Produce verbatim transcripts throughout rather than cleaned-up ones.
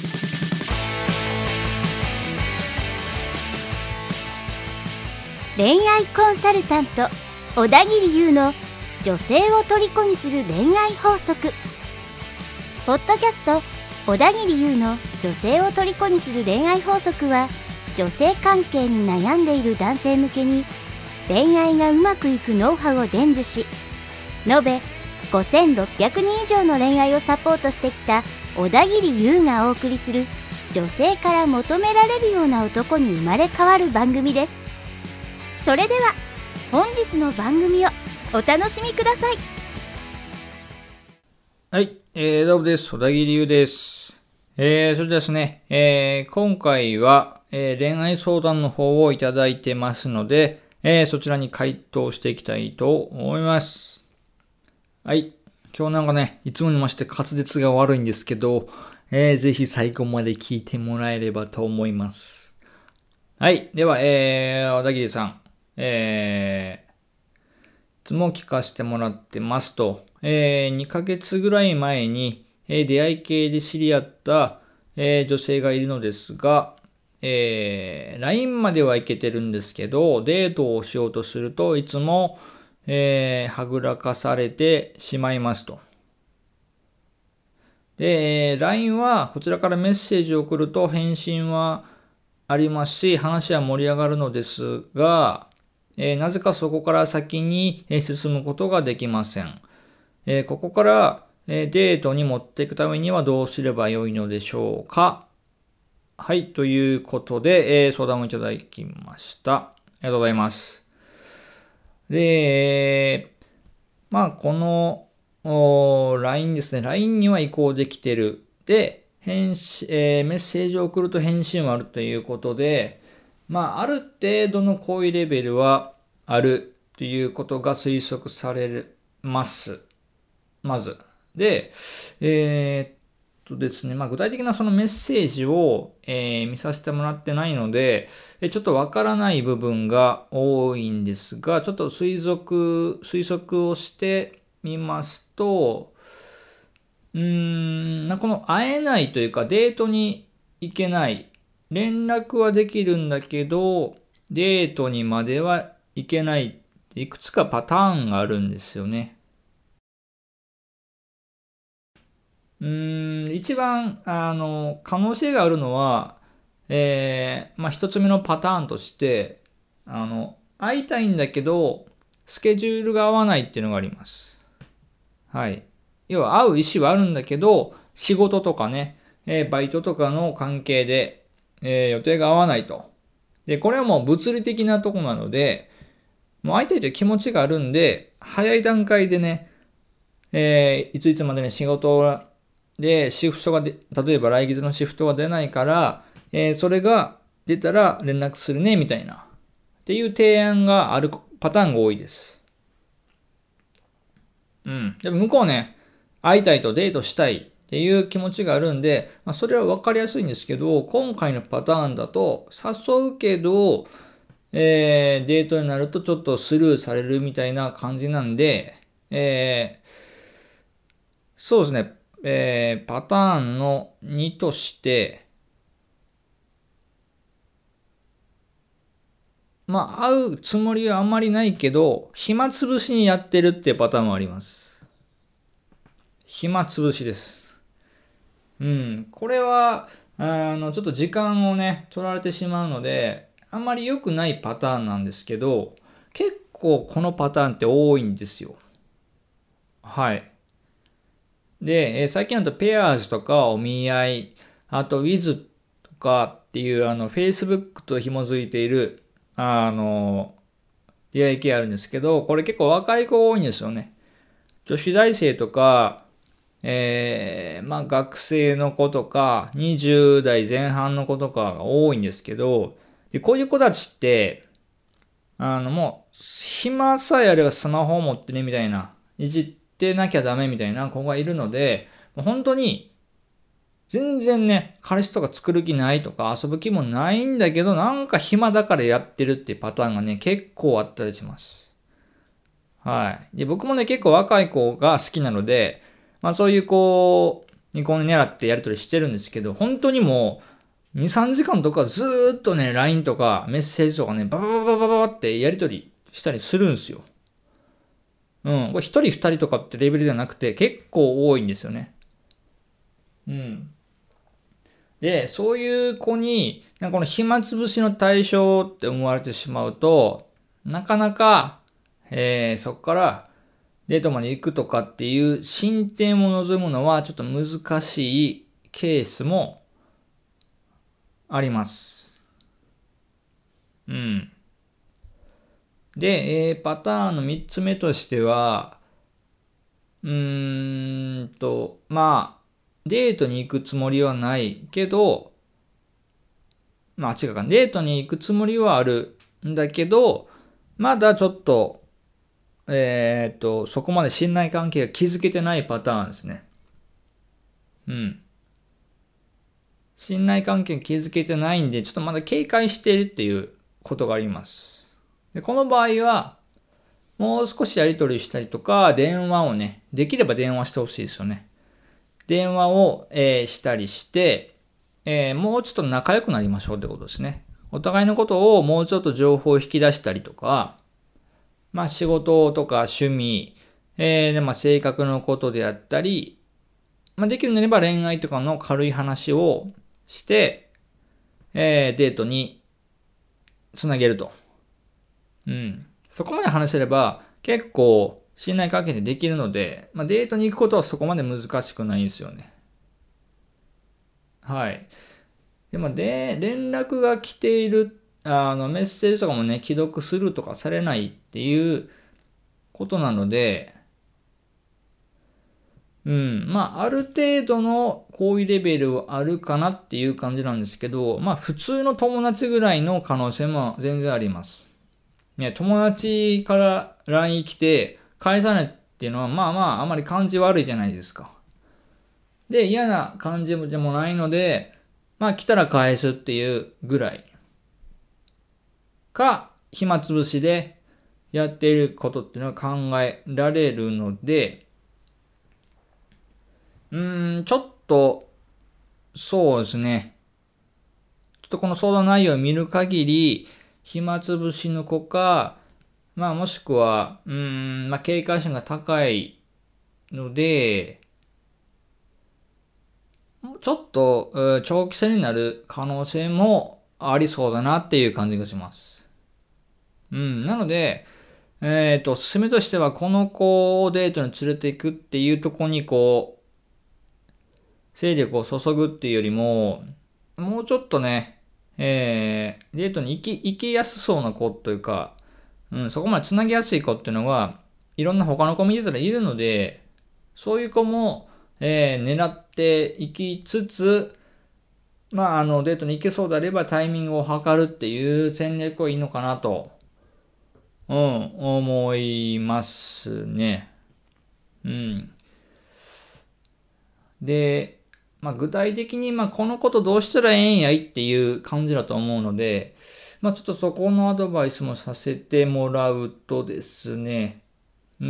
恋愛コンサルタント小田切優の女性を虜にする恋愛法則。ポッドキャスト小田切優の女性を虜にする恋愛法則は、女性関係に悩んでいる男性向けに恋愛がうまくいくノウハウを伝授し、延べごせんろっぴゃくにん以上の恋愛をサポートしてきた小田切優がお送りする、女性から求められるような男に生まれ変わる番組です。それでは本日の番組をお楽しみください。 はい、えー、どうもです。小田切優です。えー、それでですね、えー、今回は、えー、恋愛相談の方をいただいてますので、えー、そちらに回答していきたいと思います。はい、今日なんかね、いつもにまして滑舌が悪いんですけど、えー、ぜひ最後まで聞いてもらえればと思います。はい、では、えー、小田切さん、えー、いつも聞かせてもらってますと、えー、にかげつぐらい前に、えー、出会い系で知り合った、えー、女性がいるのですが、えー、ライン まではいけてるんですけど、デートをしようとするといつも、えー、はぐらかされてしまいますと。で、ライン はこちらからメッセージを送ると返信はありますし、話は盛り上がるのですが、えー、なぜかそこから先に進むことができません。えー、ここから、えー、デートに持っていくためにはどうすればよいのでしょうか。はい、ということで、えー、相談をいただきました。ありがとうございます。で、まあ、この ライン ですね。ライン には移行できてる。で、返信、えー、メッセージを送ると返信はあるということで、まあ、ある程度の好意レベルはあるということが推測されます。まず。で、えー、っとですね、まあ、具体的なそのメッセージを、えー、見させてもらってないので、ちょっとわからない部分が多いんですが、ちょっと推測、推測をしてみますと、うーん、この会えないというかデートに行けない。連絡はできるんだけど、デートにまでは行けない。いくつかパターンがあるんですよね。うーん、一番、あの、可能性があるのは、えー、まあ、一つ目のパターンとして、あの、会いたいんだけど、スケジュールが合わないっていうのがあります。はい。要は会う意思はあるんだけど、仕事とかね、えー、バイトとかの関係で、えー、予定が合わないと。で、これはもう物理的なとこなので、もう会いたいという気持ちがあるんで、早い段階でね、えー、いついつまでに仕事でシフトがで、例えば来月のシフトが出ないから、えー、それが出たら連絡するね、みたいな。っていう提案があるパターンが多いです。うん。でも向こうね、会いたいとデートしたいっていう気持ちがあるんで、まあ、それは分かりやすいんですけど、今回のパターンだと、誘うけど、えー、デートになるとちょっとスルーされるみたいな感じなんで、えー、そうですね、えー、パターンのにとして、まあ、会うつもりはあんまりないけど、暇つぶしにやってるっていうパターンもあります。暇つぶしです。うん。これは、あの、ちょっと時間をね、取られてしまうので、あんまり良くないパターンなんですけど、結構このパターンって多いんですよ。はい。で、えー最近だとペアーズとかお見合い、あと Wiz とかっていうあの Facebook と紐づいているあの出会い系あるんですけど、これ結構若い子多いんですよね。女子大生とか、えー、まあ学生の子とか、にじゅう代前半の子とかが多いんですけど、でこういう子たちって、あのもう、暇さえあればスマホを持ってねみたいな、いじってなきゃダメみたいな子がいるので、本当に、全然ね、彼氏とか作る気ないとか遊ぶ気もないんだけど、なんか暇だからやってるっていうパターンがね、結構あったりします。はい。で、僕もね、結構若い子が好きなので、まあそういう子にこう狙ってやり取りしてるんですけど、本当にもうに、さんじかんとかずーっとね、ライン とかメッセージとかね、バババババババってやり取りしたりするんですよ。うん。これひとりふたりとかってレベルじゃなくて結構多いんですよね。うん。で、そういう子に、なんかこの暇つぶしの対象って思われてしまうと、なかなか、えー、そこからデートまで行くとかっていう進展を望むのはちょっと難しいケースもあります。うん。で、えー、パターンのみっつめとしては、うーんと、まあ、デートに行くつもりはないけど、まあ違うか、デートに行くつもりはあるんだけど、まだちょっと、えーっと、そこまで信頼関係が築けてないパターンですね。うん。信頼関係築けてないんで、ちょっとまだ警戒しているっていうことがあります。で、この場合は、もう少しやり取りしたりとか、電話をね、できれば電話してほしいですよね。電話を、えーしたりして、えーもうちょっと仲良くなりましょうってことですね。お互いのことをもうちょっと情報を引き出したりとか、まあ仕事とか趣味、えーでまあ性格のことであったり、まあできるなれば恋愛とかの軽い話をして、えーデートにつなげると。うん。そこまで話せれば結構信頼関係でできるので、まあデートに行くことはそこまで難しくないんですよね。はい。でも、で、連絡が来ている、あの、メッセージとかもね、既読するとかされないっていうことなので、うん。まあ、ある程度の好意レベルはあるかなっていう感じなんですけど、まあ、普通の友達ぐらいの可能性も全然あります。ね、友達から ライン 来て返さないっていうのは、まあまあ、あまり感じ悪いじゃないですか。で、嫌な感じでもないので、まあ、来たら返すっていうぐらいか、暇つぶしでやっていることっていうのは考えられるので、うーん、ちょっと、そうですね。ちょっとこの相談内容を見る限り、暇つぶしの子か、まあもしくは、うーん、まあ警戒心が高いので、ちょっと、えー長期戦になる可能性もありそうだなっていう感じがします。うん、なので、えっと、おすすめとしては、この子をデートに連れて行くっていうところに、こう、精力を注ぐっていうよりも、もうちょっとね、えー、デートに行き、行きやすそうな子というか、うん、そこまで繋ぎやすい子っていうのが、いろんな他の子見てたらいるので、そういう子も、えー、狙っていきつつ、まあ、あの、デートに行けそうであればタイミングを測るっていう戦略はいいのかなと、うん、思いますね。うん。で、まあ、具体的に、まあ、このことどうしたらええんやいっていう感じだと思うので、まあ、ちょっとそこのアドバイスもさせてもらうとですね、うん。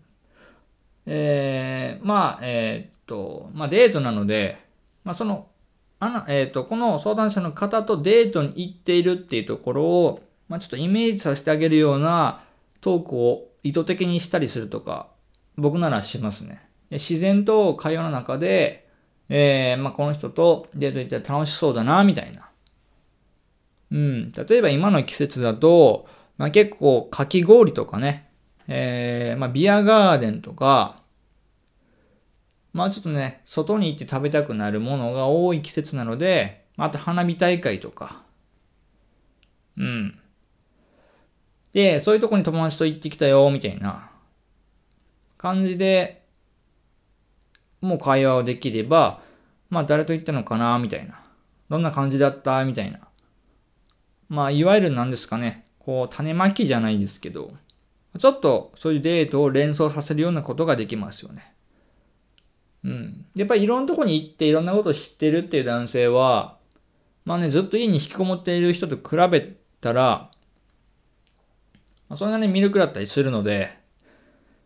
えー、まあ、えーっと、まあ、デートなので、まあ、その、あの、えーっと、この相談者の方とデートに行っているっていうところを、まあ、ちょっとイメージさせてあげるようなトークを意図的にしたりするとか、僕ならしますね。で自然と会話の中で、えー、まあ、この人とデート行ったら楽しそうだな、みたいな。うん。例えば今の季節だと、まあ、結構かき氷とかね、えー、まあ、ビアガーデンとか、まあちょっとね、外に行って食べたくなるものが多い季節なので、あと花火大会とか、うん。で、そういうとこに友達と行ってきたよ、みたいな感じで、もう会話をできれば、まあ誰と行ったのかな、みたいな。どんな感じだった、みたいな。まあいわゆるなんですかね、こう種まきじゃないですけど、ちょっとそういうデートを連想させるようなことができますよね。うん。やっぱりいろんなとこに行っていろんなことを知ってるっていう男性は、まあね、ずっと家に引きこもっている人と比べたら、まあ、それなりに魅力だったりするので、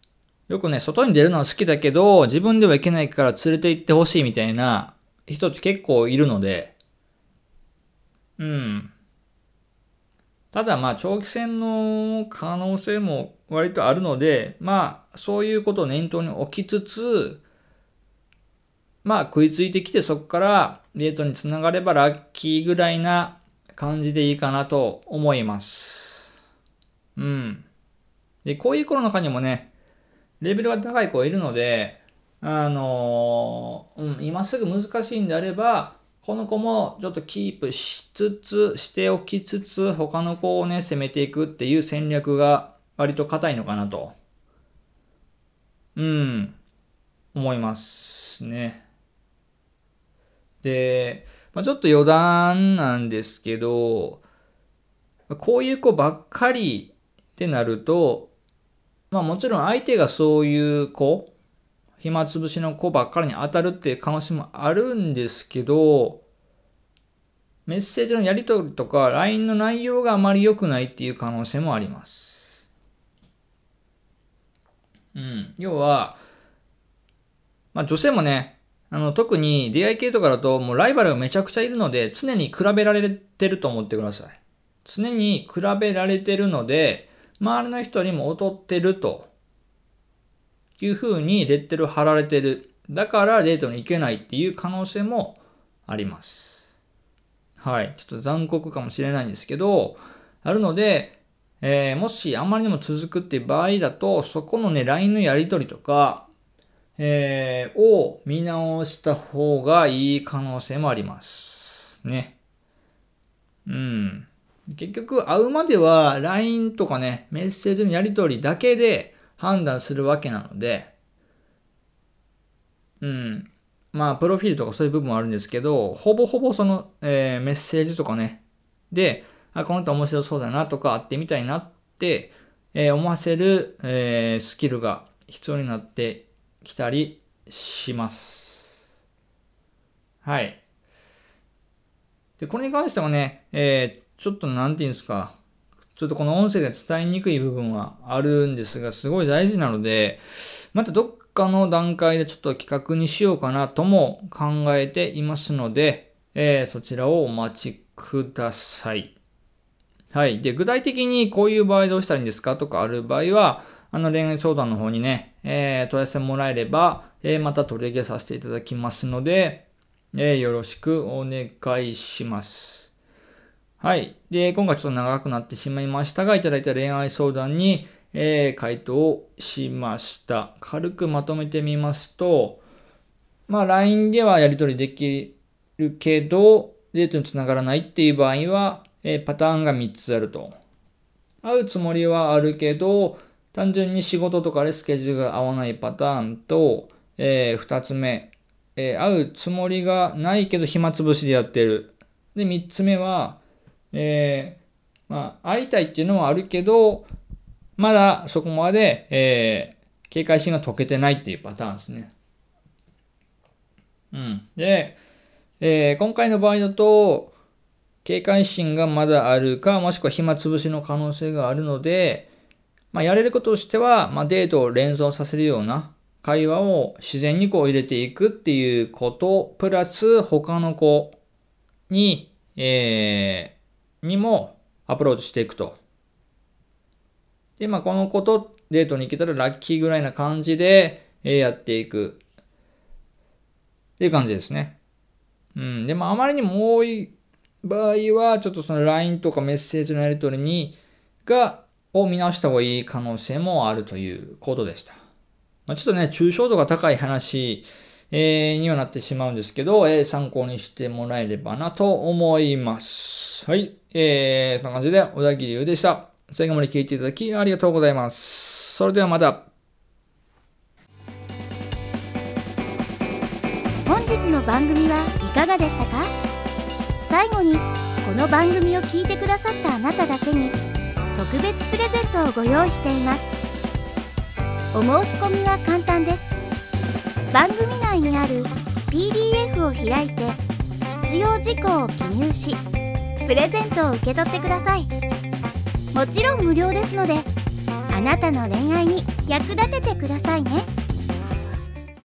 よくね、外に出るのは好きだけど、自分では行けないから連れて行ってほしいみたいな人って結構いるので、うん。ただまあ長期戦の可能性も割とあるので、まあそういうことを念頭に置きつつ、まあ食いついてきてそこからデートにつながればラッキーぐらいな感じでいいかなと思います。うん。で、こういう子の中にもね、レベルが高い子いるので、あのーうん、今すぐ難しいんであれば、この子もちょっとキープしつつ、しておきつつ、他の子をね、攻めていくっていう戦略が割と硬いのかなと、うん、思いますね。で、まあ、ちょっと余談なんですけど、こういう子ばっかりってなると、まあもちろん相手がそういう子、暇つぶしの子ばっかりに当たるっていう可能性もあるんですけど、メッセージのやり取りとか ライン の内容があまり良くないっていう可能性もあります。うん。要は、まあ女性もね、あの、特に出会い系とかだともうライバルがめちゃくちゃいるので、常に比べられてると思ってください。常に比べられてるので、周りの人にも劣ってるという風にレッテル貼られてる。だからデートに行けないっていう可能性もあります。はい。ちょっと残酷かもしれないんですけど、あるので、えー、もしあんまりにも続くっていう場合だと、そこのね、ライン のやり取りとか、えー、を見直した方がいい可能性もあります。ね。うん。結局、会うまでは ライン とかね、メッセージのやり取りだけで判断するわけなので、うん。まあ、プロフィールとかそういう部分もあるんですけど、ほぼほぼその、えー、メッセージとかね、で、あ、この人面白そうだなとか、会ってみたいなって、えー、思わせる、えー、スキルが必要になってきたりします。はい。で、これに関してはね、えー、ちょっとなんていうんですか、ちょっとこの音声で伝えにくい部分はあるんですが、すごい大事なので、またどっかの段階でちょっと企画にしようかなとも考えていますので、えー、そちらをお待ちください。はい。で、具体的にこういう場合どうしたらいいんですかとかある場合は、あの恋愛相談の方にね、えー、問い合わせもらえれば、えー、また取り上げさせていただきますので、えー、よろしくお願いします。はい。で、今回ちょっと長くなってしまいましたが、いただいた恋愛相談に、えー、回答をしました。軽くまとめてみますと、まあ、ライン ではやり取りできるけど、デートにつながらないっていう場合は、えー、パターンがみっつあると。会うつもりはあるけど、単純に仕事とかでスケジュールが合わないパターンと、えー、ふたつめ、えー、会うつもりがないけど暇つぶしでやってる。で、みっつめは、えー、まあ、会いたいっていうのはあるけど、まだそこまで、えー、警戒心が解けてないっていうパターンですね。うん。で、えー、今回の場合だと、警戒心がまだあるか、もしくは暇つぶしの可能性があるので、まあ、やれることとしては、まあ、デートを連想させるような会話を自然にこう入れていくっていうこと、プラス他の子に、えー、にもアプローチしていくと。で、まあ、この子とデートに行けたらラッキーぐらいな感じでやっていく。っていう感じですね。うん。でも、あまりにも多い場合は、ちょっとその ライン とかメッセージのやり取りに、が、を見直した方がいい可能性もあるということでした。まあ、ちょっとね、抽象度が高い話、えー、にはなってしまうんですけど、えー、参考にしてもらえればなと思います。はい。えー、そんな感じで、小田切優でした。最後まで聞いていただきありがとうございます。それではまた。 本日の番組はいかがでしたか？最後にこの番組を聞いてくださったあなただけに特別プレゼントをご用意しています。お申し込みは簡単です。番組内にある ピーディーエフ を開いて必要事項を記入し、プレゼントを受け取ってください。もちろん無料ですので、あなたの恋愛に役立ててくださいね。